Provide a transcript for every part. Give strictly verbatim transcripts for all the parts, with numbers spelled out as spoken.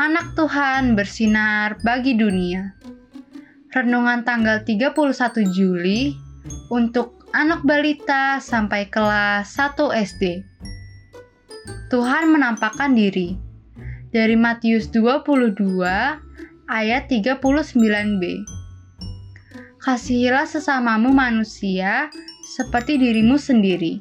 anak Tuhan bersinar bagi dunia. Renungan tanggal tiga puluh satu Juli untuk anak balita sampai kelas satu S D. Tuhan menampakkan diri. Dari Matius dua puluh dua ayat tiga puluh sembilan b. Kasihilah sesamamu manusia seperti dirimu sendiri.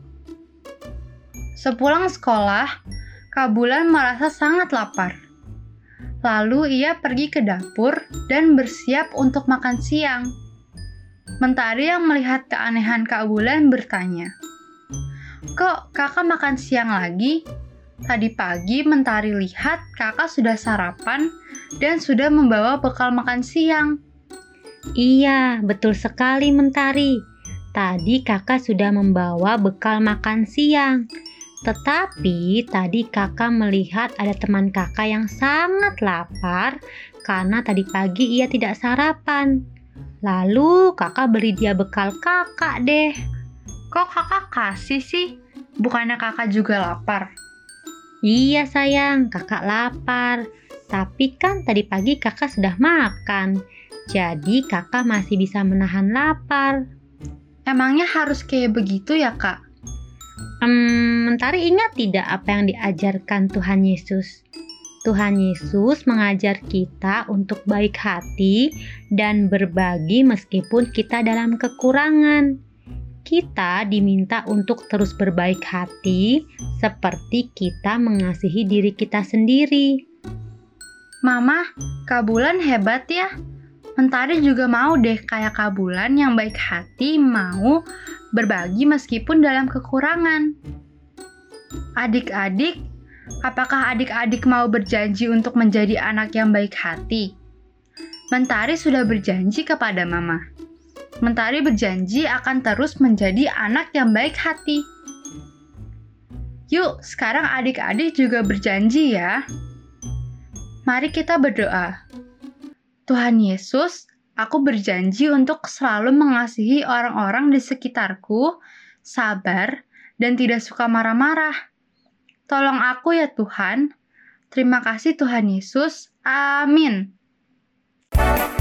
Sepulang sekolah, Kak Bulan merasa sangat lapar. Lalu ia pergi ke dapur dan bersiap untuk makan siang. Mentari yang melihat keanehan Kak Bulan bertanya, "Kok kakak makan siang lagi? Tadi pagi Mentari lihat kakak sudah sarapan dan sudah membawa bekal makan siang." Iya, betul sekali Mentari. Tadi kakak sudah membawa bekal makan siang. Tetapi tadi kakak melihat ada teman kakak yang sangat lapar karena tadi pagi ia tidak sarapan. Lalu kakak beri dia bekal kakak deh. Kok kakak kasih sih? Bukannya kakak juga lapar? Iya sayang, kakak lapar. Tapi kan tadi pagi kakak sudah makan. Jadi kakak masih bisa menahan lapar. Emangnya harus kayak begitu ya kak? Hmm, Mentari ingat tidak apa yang diajarkan Tuhan Yesus? Tuhan Yesus mengajar kita untuk baik hati dan berbagi meskipun kita dalam kekurangan. Kita diminta untuk terus berbaik hati seperti kita mengasihi diri kita sendiri. Mama, Kak Bulan hebat ya. Mentari juga mau deh kayak Kak Bulan yang baik hati, mau berbagi meskipun dalam kekurangan. Adik-adik, apakah adik-adik mau berjanji untuk menjadi anak yang baik hati? Mentari sudah berjanji kepada Mama. Mentari berjanji akan terus menjadi anak yang baik hati. Yuk, sekarang adik-adik juga berjanji ya. Mari kita berdoa. Tuhan Yesus, aku berjanji untuk selalu mengasihi orang-orang di sekitarku, sabar, dan tidak suka marah-marah. Tolong aku ya Tuhan. Terima kasih Tuhan Yesus. Amin.